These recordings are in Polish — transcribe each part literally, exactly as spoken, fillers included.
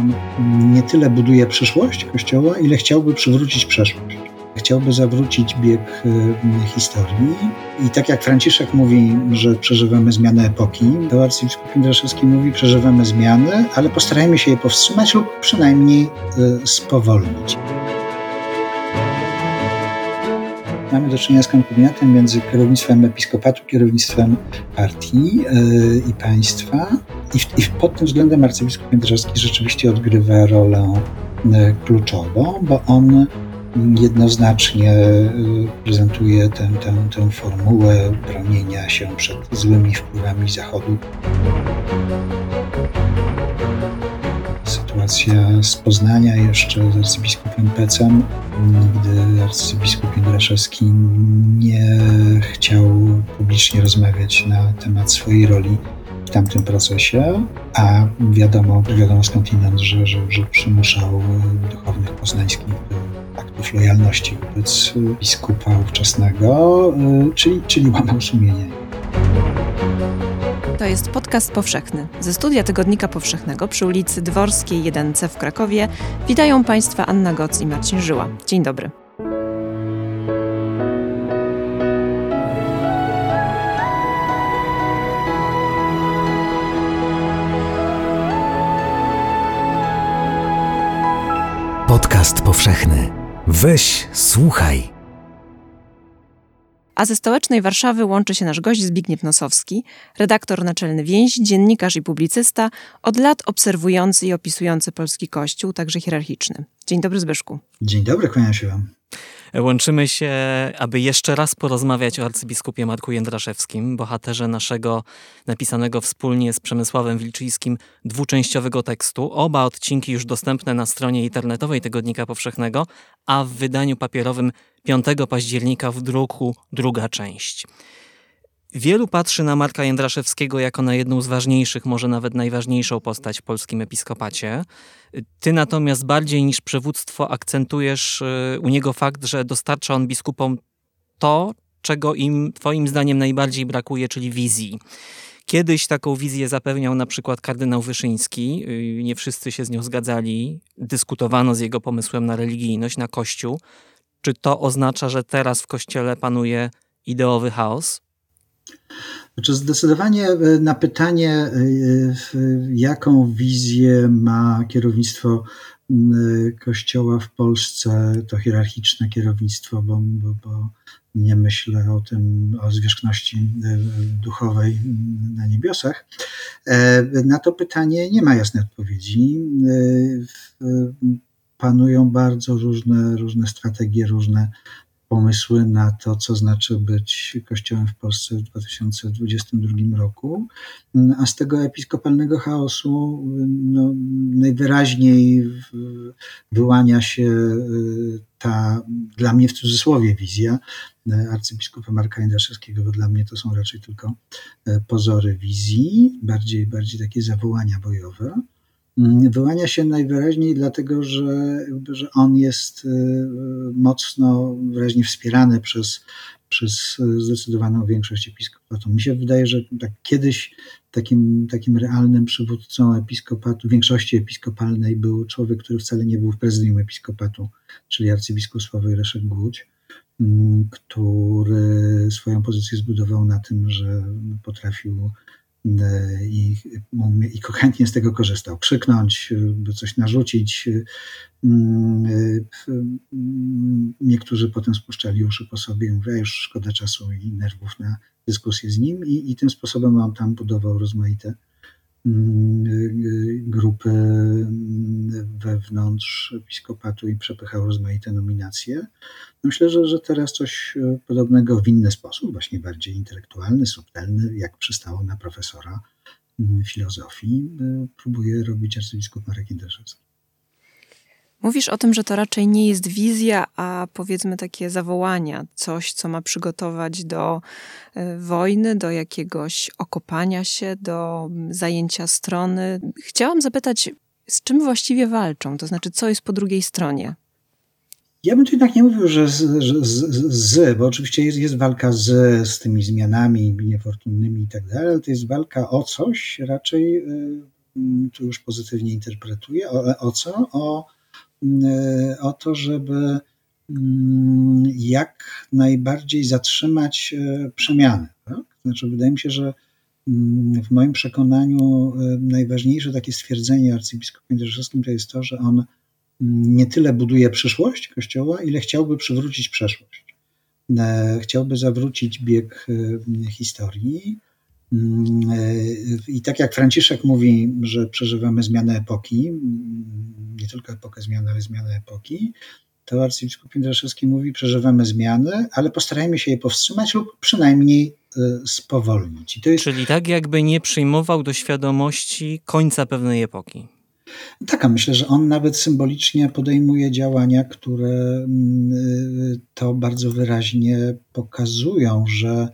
on nie tyle buduje przyszłość Kościoła, ile chciałby przywrócić przeszłość. Chciałby zawrócić bieg historii i tak jak Franciszek mówi, że przeżywamy zmianę epoki, to arcybiskup Jędraszewski mówi, przeżywamy zmiany, ale postarajmy się je powstrzymać lub przynajmniej spowolnić. Mamy do czynienia z konkubinatem między kierownictwem episkopatu, kierownictwem partii yy, i państwa. I, w, I pod tym względem arcybiskup Jędraszewski rzeczywiście odgrywa rolę yy, kluczową, bo on jednoznacznie yy, prezentuje tę, tę, tę formułę bronienia się przed złymi wpływami Zachodu. Sytuacja z Poznania jeszcze z arcybiskupem Pecem. Nigdy arcybiskup Jędraszewski nie chciał publicznie rozmawiać na temat swojej roli w tamtym procesie, a wiadomo, wiadomo skądinąd, że, że, że przymuszał duchownych poznańskich do aktów lojalności wobec biskupa ówczesnego, czyli, czyli łamał sumienie. To jest podcast powszechny. Ze studia Tygodnika Powszechnego przy ulicy Dworskiej jeden C w Krakowie witają Państwa Anna Goc i Marcin Żyła. Dzień dobry. Podcast powszechny. Weź, słuchaj. A ze stołecznej Warszawy łączy się nasz gość Zbigniew Nosowski, redaktor naczelny Więź, dziennikarz i publicysta, od lat obserwujący i opisujący polski Kościół, także hierarchiczny. Dzień dobry, Zbyszku. Dzień dobry, kłaniam się wam. Łączymy się, aby jeszcze raz porozmawiać o arcybiskupie Marku Jędraszewskim, bohaterze naszego napisanego wspólnie z Przemysławem Wilczyńskim dwuczęściowego tekstu. Oba odcinki już dostępne na stronie internetowej Tygodnika Powszechnego, a w wydaniu papierowym piątego października w druku druga część. Wielu patrzy na Marka Jędraszewskiego jako na jedną z ważniejszych, może nawet najważniejszą postać w polskim episkopacie. Ty natomiast bardziej niż przywództwo akcentujesz u niego fakt, że dostarcza on biskupom to, czego im twoim zdaniem najbardziej brakuje, czyli wizji. Kiedyś taką wizję zapewniał na przykład kardynał Wyszyński. Nie wszyscy się z nią zgadzali. Dyskutowano z jego pomysłem na religijność, na Kościół. Czy to oznacza, że teraz w Kościele panuje ideowy chaos? Znaczy zdecydowanie na pytanie, jaką wizję ma kierownictwo Kościoła w Polsce, to hierarchiczne kierownictwo, bo, bo, bo nie myślę o tym, o zwierzchności duchowej na niebiosach. Na to pytanie nie ma jasnej odpowiedzi. Panują bardzo różne, różne strategie, różne pomysły na to, co znaczy być Kościołem w Polsce w dwa tysiące dwudziestym drugim roku, a z tego episkopalnego chaosu no, najwyraźniej wyłania się ta, dla mnie w cudzysłowie, wizja arcybiskupa Marka Jędraszewskiego, bo dla mnie to są raczej tylko pozory wizji, bardziej, bardziej takie zawołania bojowe. Wyłania się najwyraźniej dlatego, że, że on jest mocno, wyraźnie wspierany przez, przez zdecydowaną większość episkopatu. Mi się wydaje, że tak kiedyś takim, takim realnym przywódcą episkopatu, większości episkopalnej był człowiek, który wcale nie był w prezydium episkopatu, czyli arcybiskup Sławoj Leszek Głódź, który swoją pozycję zbudował na tym, że potrafił I, i chętnie z tego korzystał. Krzyknąć, coś narzucić. Niektórzy potem spuszczali uszy po sobie i mówią, już szkoda czasu i nerwów na dyskusję z nim i, i tym sposobem on tam budował rozmaite grupy wewnątrz episkopatu i przepychał rozmaite nominacje. Myślę, że, że teraz coś podobnego w inny sposób, właśnie bardziej intelektualny, subtelny, jak przystało na profesora filozofii, próbuje robić arcybiskup Marek Jędraszewski. Mówisz o tym, że to raczej nie jest wizja, a powiedzmy takie zawołania, coś, co ma przygotować do wojny, do jakiegoś okopania się, do zajęcia strony. Chciałam zapytać, z czym właściwie walczą? To znaczy, co jest po drugiej stronie? Ja bym tu jednak nie mówił, że z, że z, z bo oczywiście jest, jest walka z, z tymi zmianami niefortunnymi i tak dalej, ale to jest walka o coś raczej tu już pozytywnie interpretuję. O, o co? O, o to, żeby jak najbardziej zatrzymać przemiany. Tak? Znaczy, wydaje mi się, że w moim przekonaniu najważniejsze takie stwierdzenie o arcybiskupie Jędraszewskim to jest to, że on nie tyle buduje przyszłość Kościoła, ile chciałby przywrócić przeszłość. Chciałby zawrócić bieg historii. I tak jak Franciszek mówi, że przeżywamy zmianę epoki, nie tylko epokę zmiany, ale zmianę epoki, to arcybiskup Jędraszewski mówi, przeżywamy zmiany, ale postarajmy się je powstrzymać lub przynajmniej spowolnić. I to jest... Czyli tak jakby nie przyjmował do świadomości końca pewnej epoki. Tak, a myślę, że on nawet symbolicznie podejmuje działania, które to bardzo wyraźnie pokazują, że,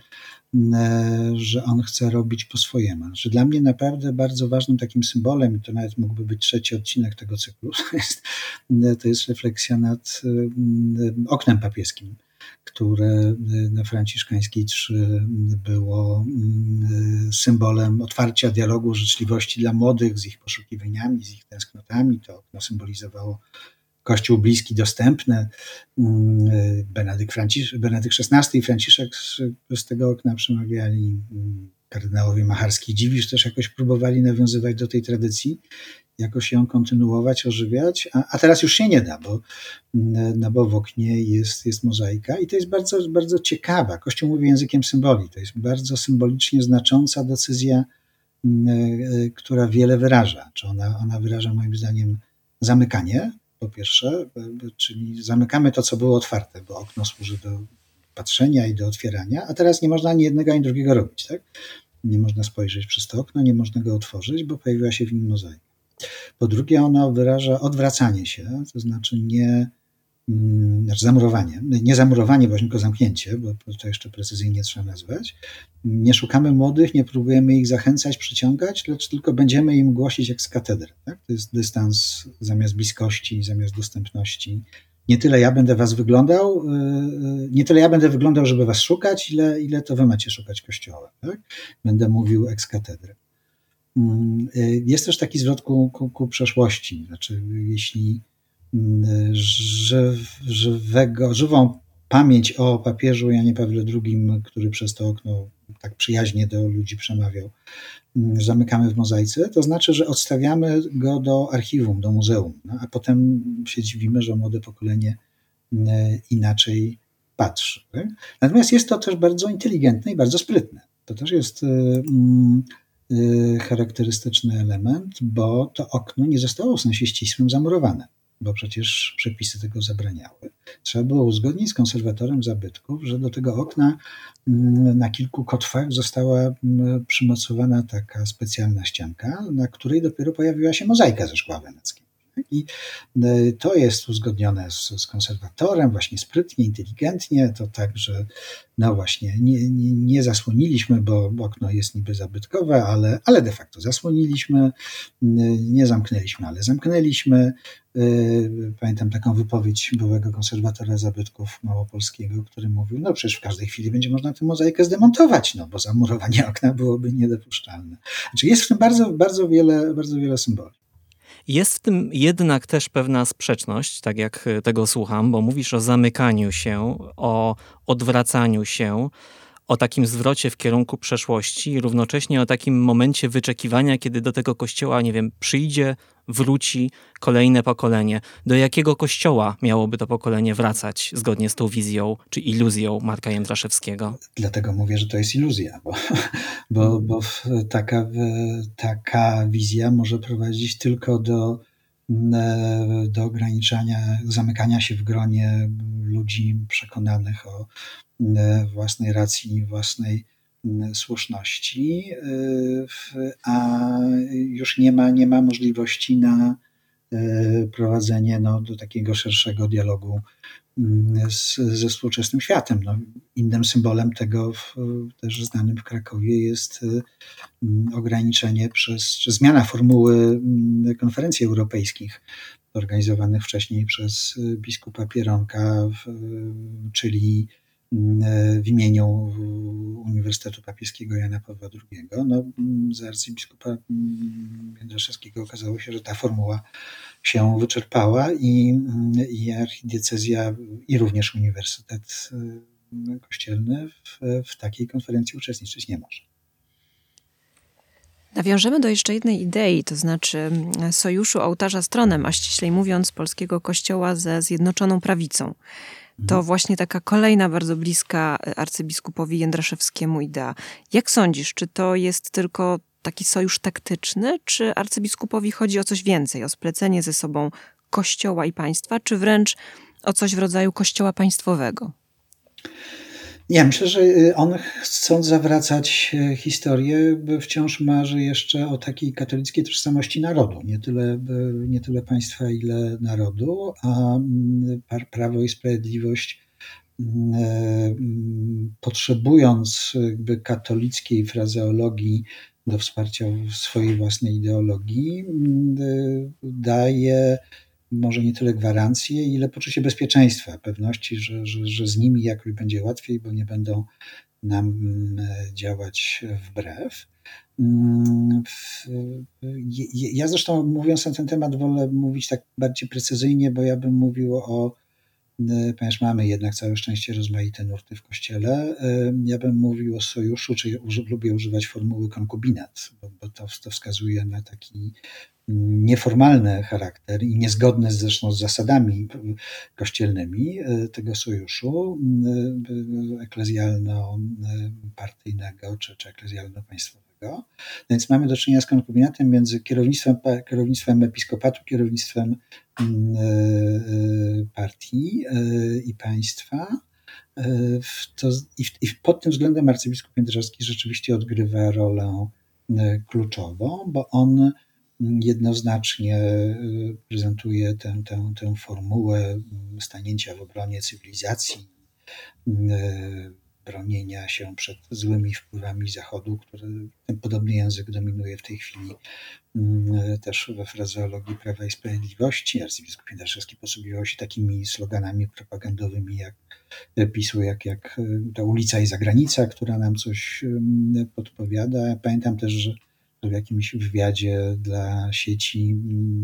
że on chce robić po swojemu. Że dla mnie naprawdę bardzo ważnym takim symbolem, i to nawet mógłby być trzeci odcinek tego cyklu, to jest, to jest refleksja nad oknem papieskim, które na Franciszkańskiej trzy było symbolem otwarcia dialogu, życzliwości dla młodych z ich poszukiwaniami, z ich tęsknotami. To okno symbolizowało Kościół bliski, dostępny. Benedykt, Francisz, Benedykt szesnasty i Franciszek z tego okna przemawiali. Kardynałowie Macharski i Dziwisz też jakoś próbowali nawiązywać do tej tradycji, jakoś ją kontynuować, ożywiać, a, a teraz już się nie da, bo, no bo w oknie jest, jest mozaika i to jest bardzo, bardzo ciekawa. Kościół mówi językiem symboli. To jest bardzo symbolicznie znacząca decyzja, która wiele wyraża. Czy ona, ona wyraża moim zdaniem zamykanie, po pierwsze, czyli zamykamy to, co było otwarte, bo okno służy do patrzenia i do otwierania, a teraz nie można ani jednego, ani drugiego robić. Tak? Nie można spojrzeć przez to okno, nie można go otworzyć, bo pojawiła się w nim mozaika. Po drugie, ono wyraża odwracanie się, to znaczy nie znaczy zamurowanie, nie zamurowanie, właśnie tylko zamknięcie, bo to jeszcze precyzyjnie trzeba nazwać. Nie szukamy młodych, nie próbujemy ich zachęcać, przyciągać, lecz tylko będziemy im głosić jak z katedry. Tak? To jest dystans zamiast bliskości, zamiast dostępności. Nie tyle ja będę was wyglądał, nie tyle ja będę wyglądał, żeby was szukać, ile, ile to wy macie szukać Kościoła. Tak? Będę mówił ex katedry. Jest też taki zwrot ku, ku, ku przeszłości. Znaczy, jeśli żyw, żywego, żywą pamięć o papieżu Janie Pawle drugim, który przez to okno tak przyjaźnie do ludzi przemawiał, zamykamy w mozaice, to znaczy, że odstawiamy go do archiwum, do muzeum, no, a potem się dziwimy, że młode pokolenie inaczej patrzy. Tak? Natomiast jest to też bardzo inteligentne i bardzo sprytne. To też jest charakterystyczny element, bo to okno nie zostało w sensie ścisłym zamurowane, bo przecież przepisy tego zabraniały. Trzeba było uzgodnić z konserwatorem zabytków, że do tego okna na kilku kotwach została przymocowana taka specjalna ścianka, na której dopiero pojawiła się mozaika ze szkła weneckiego. I to jest uzgodnione z, z konserwatorem właśnie sprytnie, inteligentnie, to tak, że no właśnie nie, nie, nie zasłoniliśmy, bo okno jest niby zabytkowe, ale, ale de facto zasłoniliśmy, nie zamknęliśmy, ale zamknęliśmy. Pamiętam taką wypowiedź byłego konserwatora zabytków małopolskiego, który mówił, no przecież w każdej chwili będzie można tę mozaikę zdemontować, no bo zamurowanie okna byłoby niedopuszczalne. Znaczy jest w tym bardzo, bardzo wiele, bardzo wiele symboli. Jest w tym jednak też pewna sprzeczność, tak jak tego słucham, bo mówisz o zamykaniu się, o odwracaniu się, o takim zwrocie w kierunku przeszłości i równocześnie o takim momencie wyczekiwania, kiedy do tego kościoła, nie wiem, przyjdzie, wróci kolejne pokolenie. Do jakiego kościoła miałoby to pokolenie wracać zgodnie z tą wizją czy iluzją Marka Jędraszewskiego? Dlatego mówię, że to jest iluzja, bo, bo, bo taka, taka wizja może prowadzić tylko do, do ograniczania, zamykania się w gronie ludzi przekonanych o własnej racji, własnej słuszności, a już nie ma, nie ma możliwości na prowadzenie no, do takiego szerszego dialogu z, ze współczesnym światem. No, innym symbolem tego, w, też znanym w Krakowie, jest ograniczenie przez, czy zmiana formuły konferencji europejskich organizowanych wcześniej przez biskupa Pieronka, czyli w imieniu Uniwersytetu Papieskiego Jana Pawła drugiego. No, za arcybiskupa Jędraszewskiego okazało się, że ta formuła się wyczerpała i, i archidiecezja i również Uniwersytet Kościelny w, w takiej konferencji uczestniczyć nie może. Nawiążemy do jeszcze jednej idei, to znaczy sojuszu ołtarza z tronem, a ściślej mówiąc polskiego kościoła ze Zjednoczoną Prawicą. To właśnie taka kolejna bardzo bliska arcybiskupowi Jędraszewskiemu idea. Jak sądzisz, czy to jest tylko taki sojusz taktyczny, czy arcybiskupowi chodzi o coś więcej, o splecenie ze sobą kościoła i państwa, czy wręcz o coś w rodzaju kościoła państwowego? Ja myślę, że on, chcąc zawracać historię, wciąż marzy jeszcze o takiej katolickiej tożsamości narodu. Nie tyle, nie tyle państwa, ile narodu, a Prawo i Sprawiedliwość, potrzebując jakby katolickiej frazeologii do wsparcia swojej własnej ideologii, daje może nie tyle gwarancje, ile poczucie bezpieczeństwa, pewności, że, że, że z nimi jakoś będzie łatwiej, bo nie będą nam działać wbrew. Ja zresztą, mówiąc na ten temat, wolę mówić tak bardziej precyzyjnie, bo ja bym mówił o, ponieważ mamy jednak całe szczęście rozmaite nurty w Kościele, ja bym mówił o sojuszu, czy lubię używać formuły konkubinat, bo, bo to, to wskazuje na taki nieformalny charakter i niezgodny zresztą z zasadami kościelnymi tego sojuszu eklezjalno-partyjnego czy, czy eklezjalno-państwowego. Więc mamy do czynienia z konkubinatem między kierownictwem, kierownictwem episkopatu, kierownictwem partii i państwa. To, i, i pod tym względem arcybiskup Jędraszewski rzeczywiście odgrywa rolę kluczową, bo on jednoznacznie prezentuje tę, tę, tę formułę stanięcia w obronie cywilizacji, bronienia się przed złymi wpływami Zachodu, który ten podobny język dominuje w tej chwili też we frazeologii Prawa i Sprawiedliwości. Arcybiskup Jędraszewski posługiwał się takimi sloganami propagandowymi jak PiSu, jak, jak ta ulica i zagranica, która nam coś podpowiada. Pamiętam też, że w jakimś wywiadzie dla sieci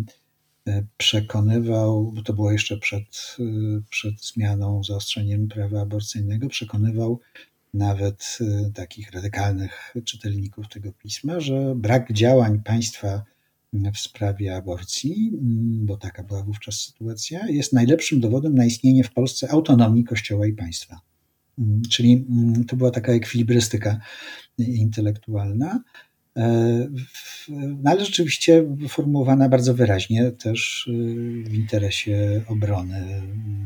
przekonywał, bo to było jeszcze przed, przed zmianą, zaostrzeniem prawa aborcyjnego, przekonywał nawet takich radykalnych czytelników tego pisma, że brak działań państwa w sprawie aborcji, bo taka była wówczas sytuacja, jest najlepszym dowodem na istnienie w Polsce autonomii Kościoła i państwa. Czyli to była taka ekwilibrystyka intelektualna, no ale rzeczywiście formułowana bardzo wyraźnie też w interesie obrony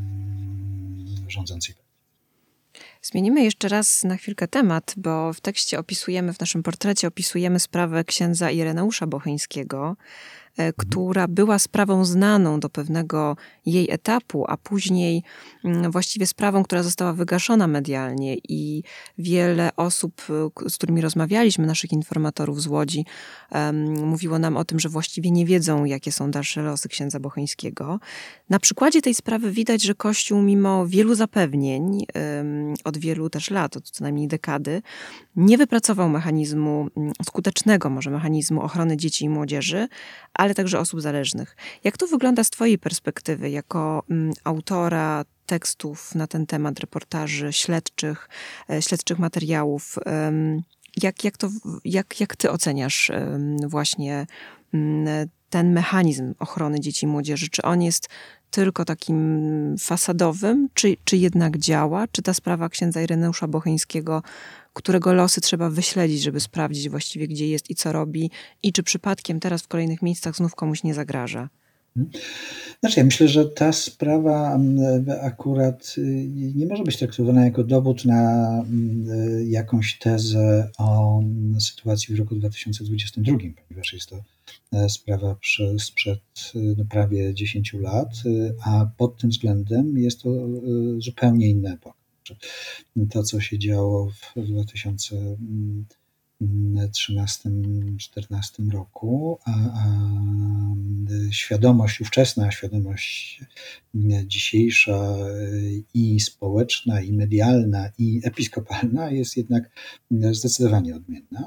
rządzącej. Zmienimy jeszcze raz na chwilkę temat, bo w tekście opisujemy, w naszym portrecie opisujemy sprawę księdza Ireneusza Bocheńskiego, która była sprawą znaną do pewnego jej etapu, a później właściwie sprawą, która została wygaszona medialnie i wiele osób, z którymi rozmawialiśmy, naszych informatorów z Łodzi, um, mówiło nam o tym, że właściwie nie wiedzą, jakie są dalsze losy księdza Bocheńskiego. Na przykładzie tej sprawy widać, że Kościół mimo wielu zapewnień, um, od wielu też lat, od co najmniej dekady, nie wypracował mechanizmu, skutecznego może mechanizmu ochrony dzieci i młodzieży, ale także osób zależnych. Jak to wygląda z twojej perspektywy, jako um, autora tekstów na ten temat, reportaży śledczych, e, śledczych materiałów? Um, jak, jak, to, jak, jak ty oceniasz um, właśnie um, ten mechanizm ochrony dzieci i młodzieży? Czy on jest tylko takim fasadowym, czy, czy jednak działa? Czy ta sprawa księdza Ireneusza Bocheńskiego, którego losy trzeba wyśledzić, żeby sprawdzić właściwie, gdzie jest i co robi, i czy przypadkiem teraz w kolejnych miejscach znów komuś nie zagraża? Znaczy, ja myślę, że ta sprawa akurat nie może być traktowana jako dowód na jakąś tezę o sytuacji w roku dwa tysiące dwudziestym drugim, ponieważ jest to sprawa sprzed no, prawie dziesięciu lat, a pod tym względem jest to zupełnie inna epoka. To, co się działo w dwa tysiące trzynastym czternastym roku, a, a świadomość ówczesna, świadomość dzisiejsza i społeczna, i medialna, i episkopalna jest jednak zdecydowanie odmienna.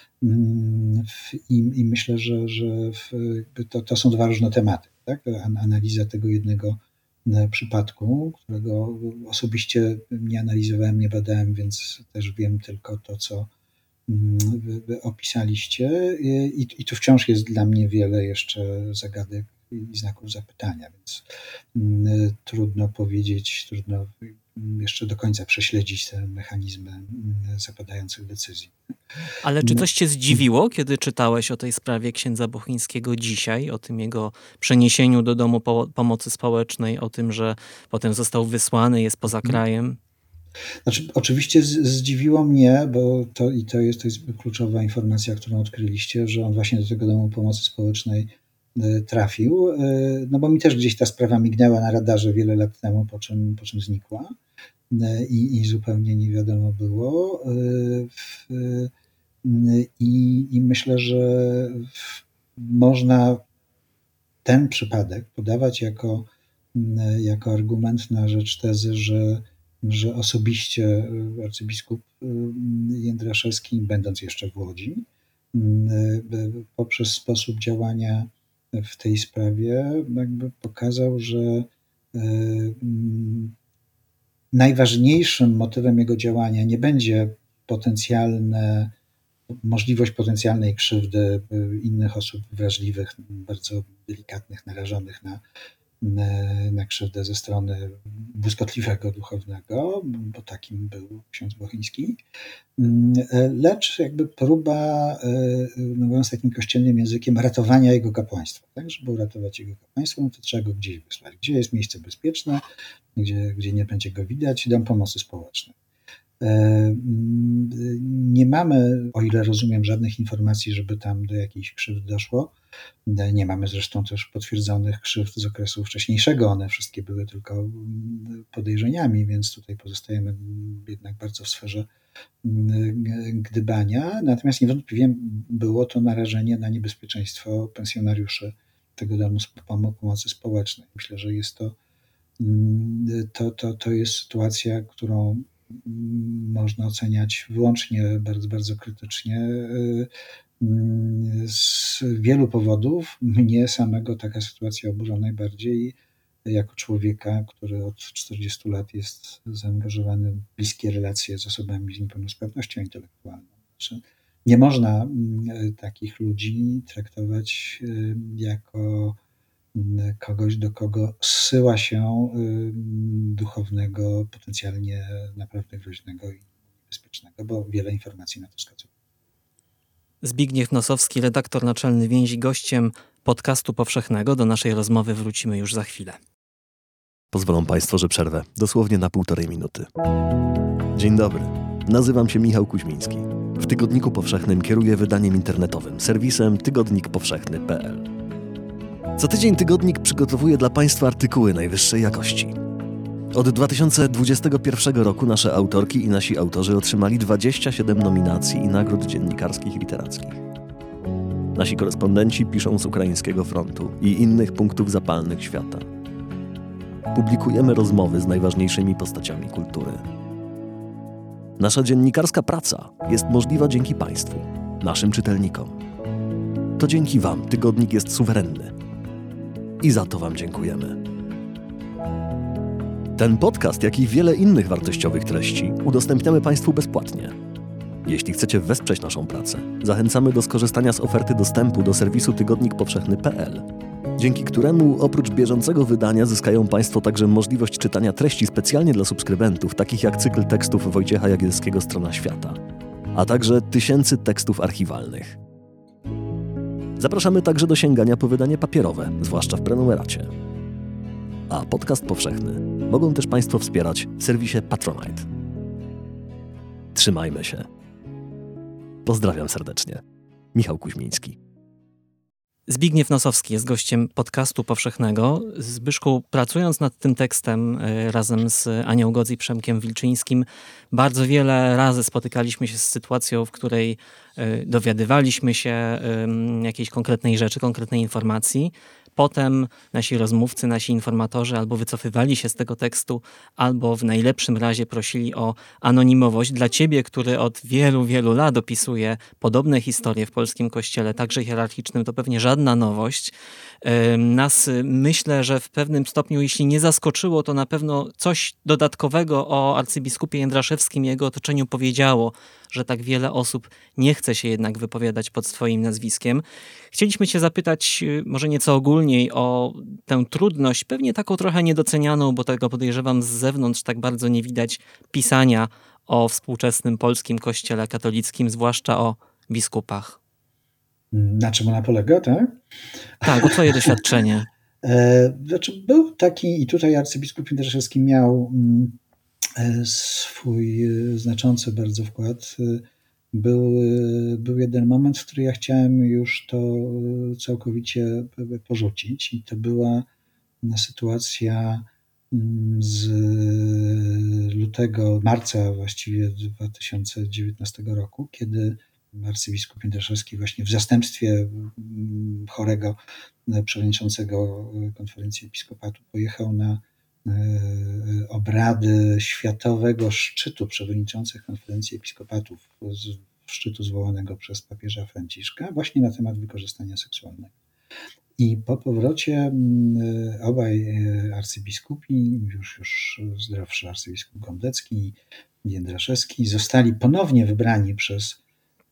I, i myślę, że, że to, to są dwa różne tematy. Tak? Analiza tego jednego przypadku, którego osobiście nie analizowałem, nie badałem, więc też wiem tylko to, co wy opisaliście. I, i tu wciąż jest dla mnie wiele jeszcze zagadek i znaków zapytania, więc trudno powiedzieć, trudno jeszcze do końca prześledzić te mechanizmy zapadających decyzji. Ale czy coś cię zdziwiło, kiedy czytałeś o tej sprawie księdza Bochińskiego dzisiaj, o tym jego przeniesieniu do domu pomocy społecznej, o tym, że potem został wysłany, jest poza krajem? Znaczy, oczywiście zdziwiło mnie, bo to i to jest, to jest kluczowa informacja, którą odkryliście, że on właśnie do tego domu pomocy społecznej trafił, no bo mi też gdzieś ta sprawa mignęła na radarze wiele lat temu, po czym, po czym znikła i, i zupełnie nie wiadomo było. I, I myślę, że można ten przypadek podawać jako, jako argument na rzecz tezy, że, że osobiście arcybiskup Jędraszewski, będąc jeszcze w Łodzi, poprzez sposób działania w tej sprawie jakby pokazał, że najważniejszym motywem jego działania nie będzie potencjalne, możliwość potencjalnej krzywdy innych osób wrażliwych, bardzo delikatnych, narażonych na, na, na krzywdę ze strony błyskotliwego duchownego, bo takim był ksiądz Bochiński, lecz jakby próba, no mówiąc takim kościelnym językiem, ratowania jego kapłaństwa. Tak? Żeby uratować jego kapłaństwo, no to trzeba go gdzieś wysłać. Gdzie jest miejsce bezpieczne, gdzie, gdzie nie będzie go widać, dom pomocy społecznej. Nie mamy, o ile rozumiem, żadnych informacji, żeby tam do jakiejś krzywdy doszło. Nie mamy zresztą też potwierdzonych krzywd z okresu wcześniejszego. One wszystkie były tylko podejrzeniami, więc tutaj pozostajemy jednak bardzo w sferze gdybania. Natomiast niewątpliwie było to narażenie na niebezpieczeństwo pensjonariuszy tego domu pomocy społecznej. Myślę, że jest to, to, to, to jest sytuacja, którą można oceniać wyłącznie bardzo, bardzo krytycznie. Z wielu powodów mnie samego taka sytuacja oburza najbardziej, jako człowieka, który od czterdziestu lat jest zaangażowany w bliskie relacje z osobami z niepełnosprawnością intelektualną. Znaczy, nie można takich ludzi traktować jako kogoś, do kogo zsyła się duchownego, potencjalnie naprawdę groźnego i niebezpiecznego, bo wiele informacji na to wskazuje. Zbigniew Nosowski, redaktor naczelny Więzi, gościem podcastu powszechnego. Do naszej rozmowy wrócimy już za chwilę. Pozwolą Państwo, że przerwę dosłownie na półtorej minuty. Dzień dobry, nazywam się Michał Kuźmiński. W Tygodniku Powszechnym kieruję wydaniem internetowym, serwisem tygodnik powszechny kropka p l. Co tydzień Tygodnik przygotowuje dla Państwa artykuły najwyższej jakości. Od dwa tysiące dwudziestego pierwszego roku nasze autorki i nasi autorzy otrzymali dwadzieścia siedem nominacji i nagród dziennikarskich i literackich. Nasi korespondenci piszą z ukraińskiego frontu i innych punktów zapalnych świata. Publikujemy rozmowy z najważniejszymi postaciami kultury. Nasza dziennikarska praca jest możliwa dzięki Państwu, naszym czytelnikom. To dzięki Wam Tygodnik jest suwerenny. I za to Wam dziękujemy. Ten podcast, jak i wiele innych wartościowych treści udostępniamy Państwu bezpłatnie. Jeśli chcecie wesprzeć naszą pracę, zachęcamy do skorzystania z oferty dostępu do serwisu tygodnik powszechny kropka p l, dzięki któremu oprócz bieżącego wydania zyskają Państwo także możliwość czytania treści specjalnie dla subskrybentów, takich jak cykl tekstów Wojciecha Jagielskiego Strona Świata, a także tysięcy tekstów archiwalnych. Zapraszamy także do sięgania po wydanie papierowe, zwłaszcza w prenumeracie. A podcast powszechny mogą też Państwo wspierać w serwisie Patronite. Trzymajmy się. Pozdrawiam serdecznie. Michał Kuźmiński. Zbigniew Nosowski jest gościem podcastu powszechnego. Zbyszku, pracując nad tym tekstem y, razem z Anią Godz i Przemkiem Wilczyńskim, bardzo wiele razy spotykaliśmy się z sytuacją, w której y, dowiadywaliśmy się y, jakiejś konkretnej rzeczy, konkretnej informacji. Potem nasi rozmówcy, nasi informatorzy albo wycofywali się z tego tekstu, albo w najlepszym razie prosili o anonimowość. Dla ciebie, który od wielu, wielu lat opisuje podobne historie w polskim kościele, także hierarchicznym, to pewnie żadna nowość. Nas, myślę, że w pewnym stopniu, jeśli nie zaskoczyło, to na pewno coś dodatkowego o arcybiskupie Jędraszewskim i jego otoczeniu powiedziało, że tak wiele osób nie chce się jednak wypowiadać pod swoim nazwiskiem. Chcieliśmy cię zapytać może nieco ogólniej o tę trudność, pewnie taką trochę niedocenianą, bo tego podejrzewam z zewnątrz tak bardzo nie widać, pisania o współczesnym polskim kościele katolickim, zwłaszcza o biskupach. Na czym ona polega, tak? Tak, o twoje doświadczenie. Znaczy, był taki, i tutaj arcybiskup Jędraszewski miał swój znaczący bardzo wkład. Był, był jeden moment, w którym ja chciałem już to całkowicie porzucić, i to była sytuacja z lutego, marca właściwie dwa tysiące dziewiętnastego roku, kiedy arcybiskup Jędraszewski właśnie w zastępstwie chorego przewodniczącego Konferencji Episkopatu pojechał na obrady Światowego Szczytu Przewodniczących Konferencji Episkopatów, szczytu zwołanego przez papieża Franciszka, właśnie na temat wykorzystania seksualnego. I po powrocie obaj arcybiskupi, już, już zdrowszy arcybiskup Gondecki i Jędraszewski, zostali ponownie wybrani przez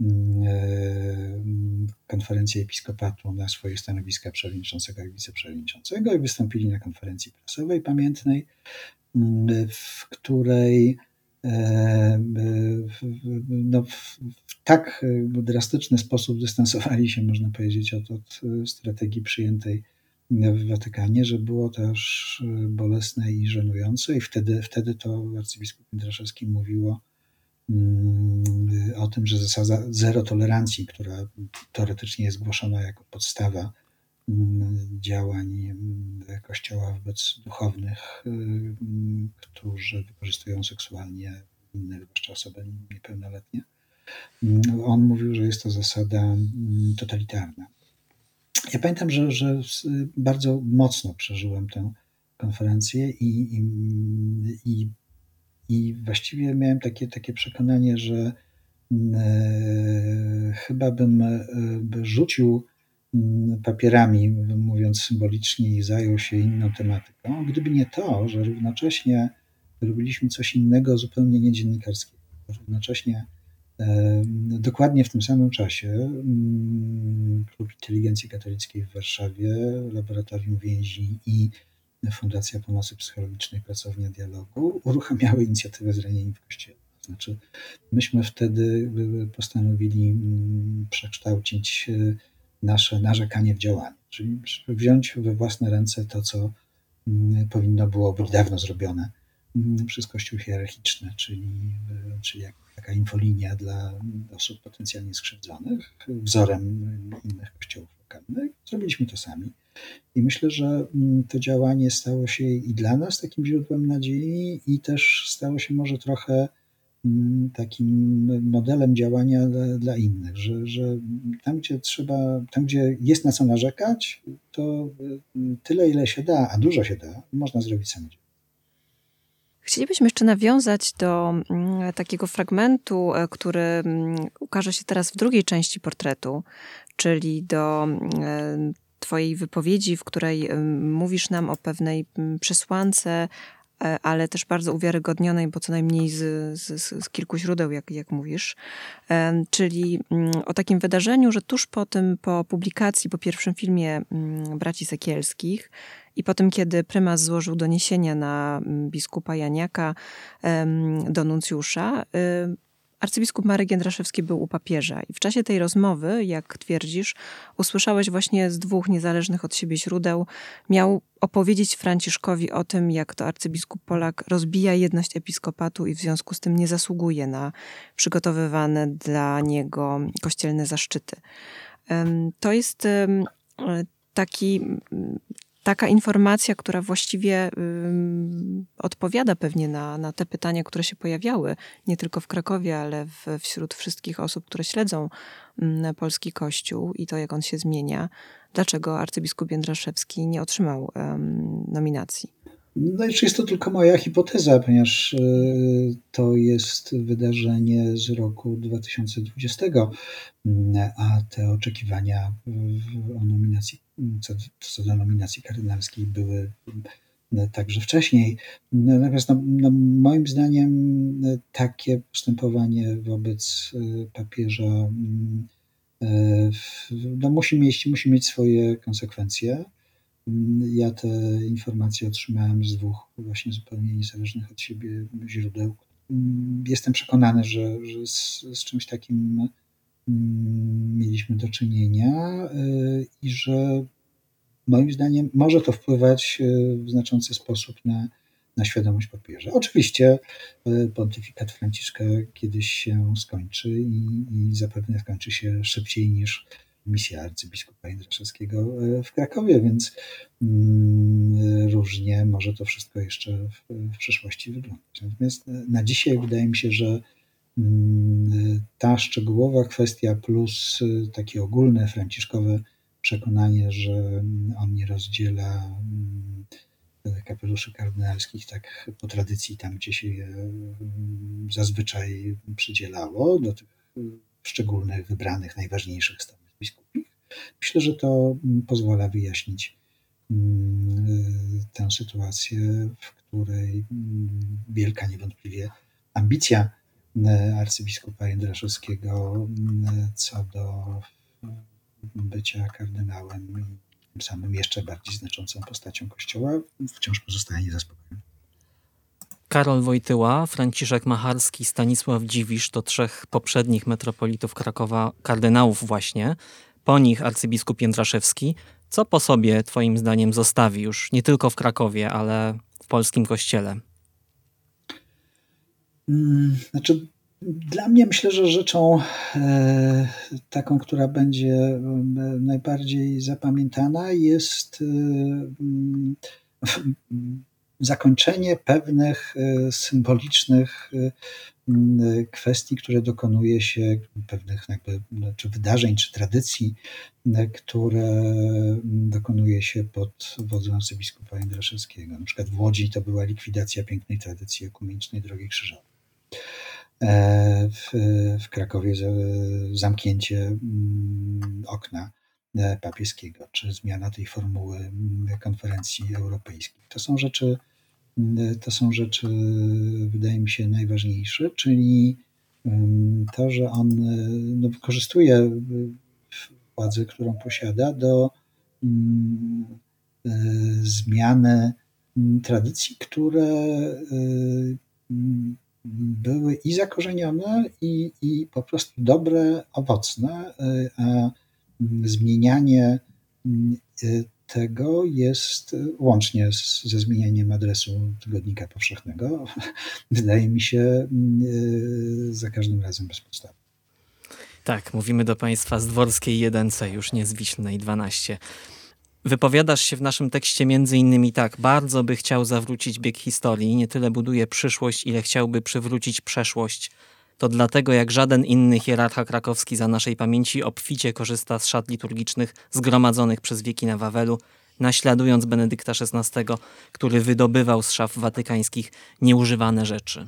Konferencję Episkopatu na swoje stanowiska przewodniczącego i wiceprzewodniczącego i wystąpili na konferencji prasowej pamiętnej, w której no, w tak drastyczny sposób dystansowali się, można powiedzieć, od, od strategii przyjętej w Watykanie, że było to aż bolesne i żenujące, i wtedy, wtedy to arcybiskup Jędraszewski mówiło o tym, że zasada zero tolerancji, która teoretycznie jest głoszona jako podstawa działań Kościoła wobec duchownych, którzy wykorzystują seksualnie inne, zwłaszcza osoby niepełnoletnie. On mówił, że jest to zasada totalitarna. Ja pamiętam, że, że bardzo mocno przeżyłem tę konferencję i, i, i I właściwie miałem takie, takie przekonanie, że e, chyba bym e, by rzucił papierami, mówiąc symbolicznie, i zajął się inną tematyką, gdyby nie to, że równocześnie robiliśmy coś innego, zupełnie nie dziennikarskiego. Równocześnie e, dokładnie w tym samym czasie m, Klub Inteligencji Katolickiej w Warszawie, Laboratorium Więzi i Fundacja Pomocy Psychologicznej, Pracownia Dialogu uruchamiały inicjatywę Zranieni w Kościele. To znaczy, myśmy wtedy postanowili przekształcić nasze narzekanie w działanie, czyli wziąć we własne ręce to, co powinno było być dawno zrobione przez Kościół hierarchiczny, czyli, czyli taka infolinia dla osób potencjalnie skrzywdzonych, wzorem innych kościołów lokalnych. Zrobiliśmy to sami. I myślę, że to działanie stało się i dla nas takim źródłem nadziei, i też stało się może trochę takim modelem działania dla, dla innych, że, że tam, gdzie trzeba, tam, gdzie jest na co narzekać, to tyle, ile się da, a dużo się da, można zrobić samodzielnie. Chcielibyśmy jeszcze nawiązać do takiego fragmentu, który ukaże się teraz w drugiej części portretu, czyli do twojej wypowiedzi, w której mówisz nam o pewnej przesłance, ale też bardzo uwiarygodnionej, bo co najmniej z, z, z kilku źródeł, jak, jak mówisz, czyli o takim wydarzeniu, że tuż po tym, po publikacji, po pierwszym filmie braci Sekielskich i po tym, kiedy prymas złożył doniesienia na biskupa Janiaka do nuncjusza, arcybiskup Marek Jędraszewski był u papieża i w czasie tej rozmowy, jak twierdzisz, usłyszałeś właśnie z dwóch niezależnych od siebie źródeł, miał opowiedzieć Franciszkowi o tym, jak to arcybiskup Polak rozbija jedność episkopatu i w związku z tym nie zasługuje na przygotowywane dla niego kościelne zaszczyty. To jest taki, taka informacja, która właściwie um, odpowiada pewnie na, na te pytania, które się pojawiały, nie tylko w Krakowie, ale w, wśród wszystkich osób, które śledzą um, polski Kościół i to, jak on się zmienia. Dlaczego arcybiskup Jędraszewski nie otrzymał um, nominacji? No i czy jest to tylko moja hipoteza, ponieważ to jest wydarzenie z roku dwa tysiące dwudziestego, a te oczekiwania o nominacji, co, co do nominacji kardynalskiej były także wcześniej. Natomiast no, no, moim zdaniem takie postępowanie wobec papieża no, musi mieć, musi mieć swoje konsekwencje. Ja te informacje otrzymałem z dwóch właśnie zupełnie niezależnych od siebie źródeł. Jestem przekonany, że, że z, z czymś takim mieliśmy do czynienia i że moim zdaniem może to wpływać w znaczący sposób na, na świadomość papieża. Oczywiście pontyfikat Franciszka kiedyś się skończy i, i zapewne skończy się szybciej niż misja arcybiskupa Jędraszewskiego w Krakowie, więc mm, różnie może to wszystko jeszcze w, w przyszłości wyglądać. Natomiast na dzisiaj wydaje mi się, że mm, ta szczegółowa kwestia plus takie ogólne franciszkowe przekonanie, że on nie rozdziela kapeluszy kardynalskich tak po tradycji tam, gdzie się je zazwyczaj przydzielało do tych szczególnych, wybranych, najważniejszych stanów biskupich. Myślę, że to pozwala wyjaśnić tę sytuację, w której wielka niewątpliwie ambicja arcybiskupa Jędraszewskiego co do bycia kardynałem i tym samym jeszcze bardziej znaczącą postacią Kościoła wciąż pozostaje niezaspokojona. Karol Wojtyła, Franciszek Macharski, Stanisław Dziwisz to trzech poprzednich metropolitów Krakowa, kardynałów właśnie. Po nich arcybiskup Jędraszewski. Co po sobie twoim zdaniem zostawi już nie tylko w Krakowie, ale w polskim Kościele? Znaczy, dla mnie myślę, że rzeczą e, taką, która będzie e, najbardziej zapamiętana jest e, zakończenie pewnych e, symbolicznych e, kwestii, które dokonuje się, pewnych jakby, czy wydarzeń, czy tradycji, które dokonuje się pod wodzą arcybiskupa Jędraszewskiego. Na przykład w Łodzi to była likwidacja pięknej tradycji ekumenicznej Drogi Krzyżowej. W, w Krakowie zamknięcie okna papieskiego, czy zmiana tej formuły konferencji europejskiej. To są rzeczy, to są rzeczy, wydaje mi się, najważniejsze, czyli to, że on no, wykorzystuje władzę, którą posiada, do zmiany tradycji, które były i zakorzenione, i, i po prostu dobre, owocne, a zmienianie tego jest łącznie z, ze zmienianiem adresu Tygodnika Powszechnego, wydaje mi się za każdym razem bez podstawy. Tak, mówimy do Państwa z Dworskiej jeden C, już nie z Wiślnej dwanaście. Wypowiadasz się w naszym tekście między innymi tak: bardzo by chciał zawrócić bieg historii, nie tyle buduje przyszłość, ile chciałby przywrócić przeszłość. To dlatego jak żaden inny hierarcha krakowski za naszej pamięci obficie korzysta z szat liturgicznych zgromadzonych przez wieki na Wawelu, naśladując Benedykta szesnastego, który wydobywał z szaf watykańskich nieużywane rzeczy.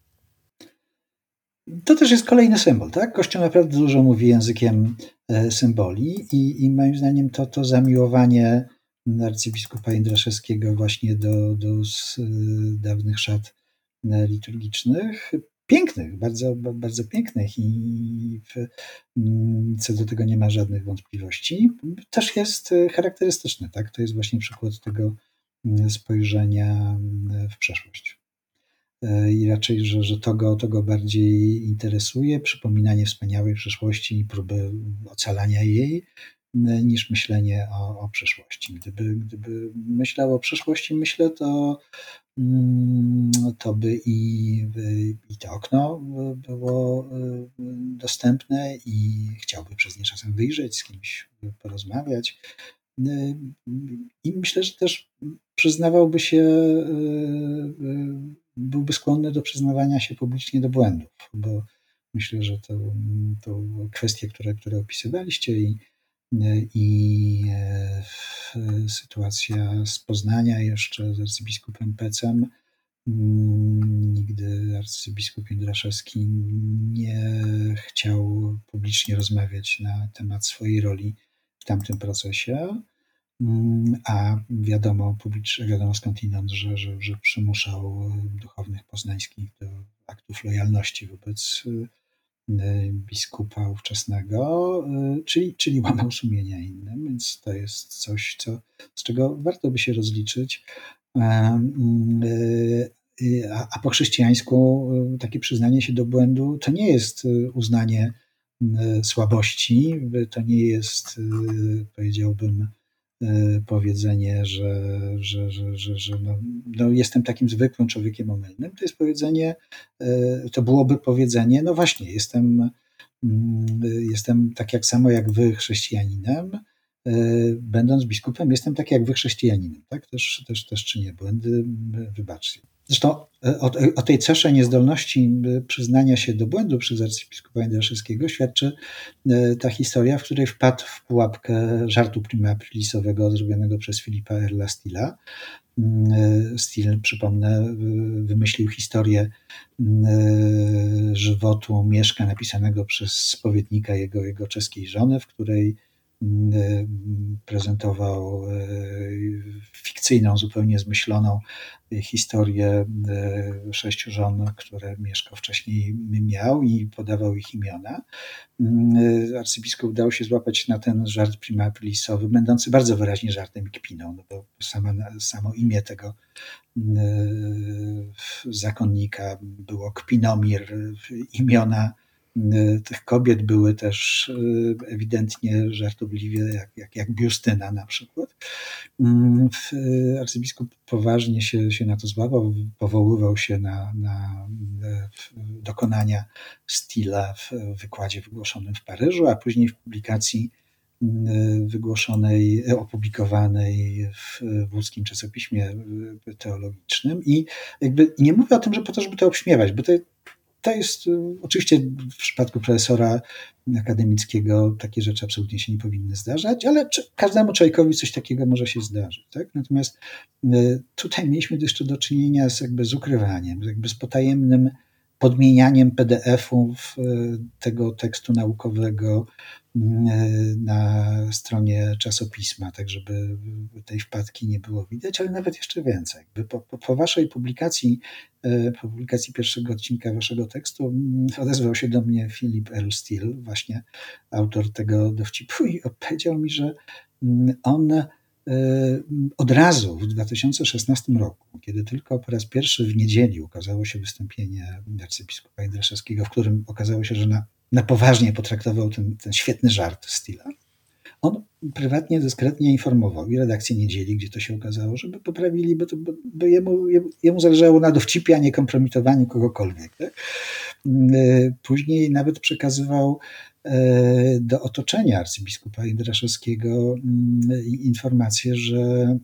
To też jest kolejny symbol, tak? Kościół naprawdę dużo mówi językiem symboli i, i moim zdaniem to, to zamiłowanie arcybiskupa Jędraszewskiego właśnie do, do dawnych szat liturgicznych, pięknych, bardzo, bardzo pięknych i w, co do tego nie ma żadnych wątpliwości, też jest charakterystyczny, tak? To jest właśnie przykład tego spojrzenia w przeszłość. I raczej, że, że to, go, to go bardziej interesuje, przypominanie wspaniałej przeszłości i próby ocalania jej, niż myślenie o, o przyszłości. Gdyby, gdyby myślał o przyszłości, myślę, to to by i, i to okno było dostępne i chciałby przez nie czasem wyjrzeć, z kimś porozmawiać. I myślę, że też przyznawałby się, byłby skłonny do przyznawania się publicznie do błędów, bo myślę, że to, to kwestie, które, które opisywaliście i, i sytuacja z Poznania jeszcze z arcybiskupem Pecem, nigdy arcybiskup Jędraszewski nie chciał publicznie rozmawiać na temat swojej roli w tamtym procesie, a wiadomo, publicznie, wiadomo skądinąd, że, że, że przymuszał duchownych poznańskich do aktów lojalności wobec biskupa ówczesnego, czyli, czyli łamał sumienia innym, więc to jest coś, co, z czego warto by się rozliczyć. A, a po chrześcijańsku takie przyznanie się do błędu to nie jest uznanie słabości, to nie jest, powiedziałbym, powiedzenie, że, że, że, że, że no, no jestem takim zwykłym człowiekiem omylnym. To jest powiedzenie, to byłoby powiedzenie, no właśnie, jestem, jestem tak jak samo jak wy chrześcijaninem, będąc biskupem, jestem tak jak wy chrześcijaninem. Tak? Też, też, też czynię błędy, wybaczcie. Zresztą o, o tej cesze niezdolności przyznania się do błędu przez arcybiskupa Jędraszewskiego świadczy ta historia, w której wpadł w pułapkę żartu prima aprilisowego zrobionego przez Filipa Erla Steela. Steel, przypomnę, wymyślił historię żywotu Mieszka napisanego przez spowiednika jego, jego czeskiej żony, w której prezentował fikcyjną, zupełnie zmyśloną historię sześciu żon, które Mieszko wcześniej miał i podawał ich imiona. Arcybiskup dał się złapać na ten żart prima aprilisowy, będący bardzo wyraźnie żartem i kpiną, no bo sama, samo imię tego zakonnika było Kpinomir, imiona tych kobiet były też ewidentnie żartobliwie, jak, jak, jak Biustyna na przykład. Arcybiskup poważnie się, się na to złapał, powoływał się na, na dokonania Steela w wykładzie wygłoszonym w Paryżu, a później w publikacji wygłoszonej, opublikowanej w włoskim czasopiśmie teologicznym. I jakby nie mówię o tym, że po to, żeby to obśmiewać, bo to To jest oczywiście w przypadku profesora akademickiego takie rzeczy absolutnie się nie powinny zdarzać, ale każdemu człowiekowi coś takiego może się zdarzyć. Tak? Natomiast tutaj mieliśmy jeszcze do czynienia z, jakby z ukrywaniem, jakby z potajemnym podmienianiem P D F-ów tego tekstu naukowego na stronie czasopisma, tak żeby tej wpadki nie było widać, ale nawet jeszcze więcej. Po, po, po waszej publikacji, po publikacji pierwszego odcinka waszego tekstu odezwał się do mnie Philip Earl Steele, właśnie autor tego dowcipu, i powiedział mi, że on od razu w dwa tysiące szesnastym roku, kiedy tylko po raz pierwszy w niedzieli ukazało się wystąpienie arcybiskupa Jędraszewskiego, w którym okazało się, że na, na poważnie potraktował ten, ten świetny żart Steela, on prywatnie, dyskretnie informował i redakcję Niedzieli, gdzie to się ukazało, żeby poprawili, bo, to, bo, bo jemu, jemu zależało na dowcipie, a nie kompromitowaniu kogokolwiek. Tak? Później nawet przekazywał do otoczenia arcybiskupa Jędraszewskiego informację, że,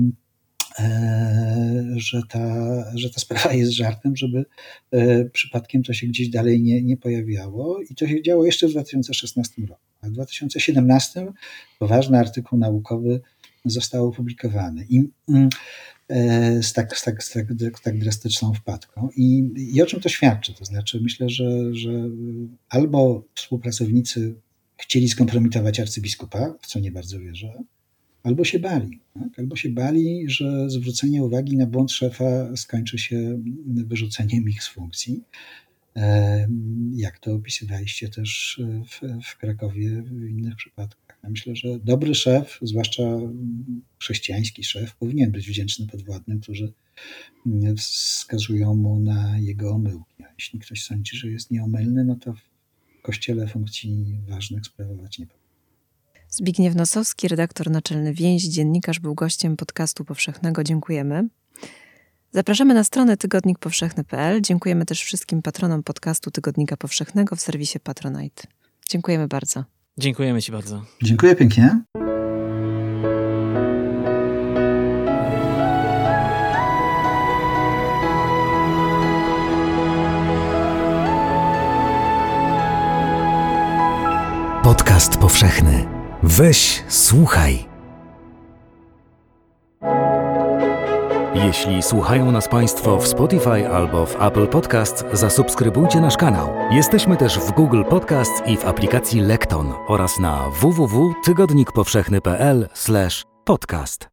że, ta, że ta sprawa jest żartem, żeby przypadkiem to się gdzieś dalej nie, nie pojawiało. I to się działo jeszcze w dwa tysiące szesnastym roku. A w dwa tysiące siedemnastym poważny artykuł naukowy został opublikowany. I z tak, z tak, z tak, tak drastyczną wpadką. I, I o czym to świadczy? To znaczy, myślę, że, że albo współpracownicy chcieli skompromitować arcybiskupa, w co nie bardzo wierzę, albo się bali. Tak? Albo się bali, że zwrócenie uwagi na błąd szefa skończy się wyrzuceniem ich z funkcji. Jak to opisywaliście też w, w Krakowie w innych przypadkach. Ja myślę, że dobry szef, zwłaszcza chrześcijański szef, powinien być wdzięczny podwładnym, którzy wskazują mu na jego omyłki. A jeśli ktoś sądzi, że jest nieomylny, no to w Kościele funkcji ważnych sprawować nie powinien. Zbigniew Nosowski, redaktor naczelny Więź, dziennikarz, był gościem podcastu powszechnego. Dziękujemy. Zapraszamy na stronę tygodnik powszechny kropka p l. Dziękujemy też wszystkim patronom podcastu Tygodnika Powszechnego w serwisie Patronite. Dziękujemy bardzo. Dziękujemy Ci bardzo. Dziękuję pięknie. Podcast powszechny. Weź, słuchaj. Jeśli słuchają nas Państwo w Spotify albo w Apple Podcasts, zasubskrybujcie nasz kanał. Jesteśmy też w Google Podcasts i w aplikacji Lekton oraz na w w w kropka tygodnik powszechny kropka p l slash podcast.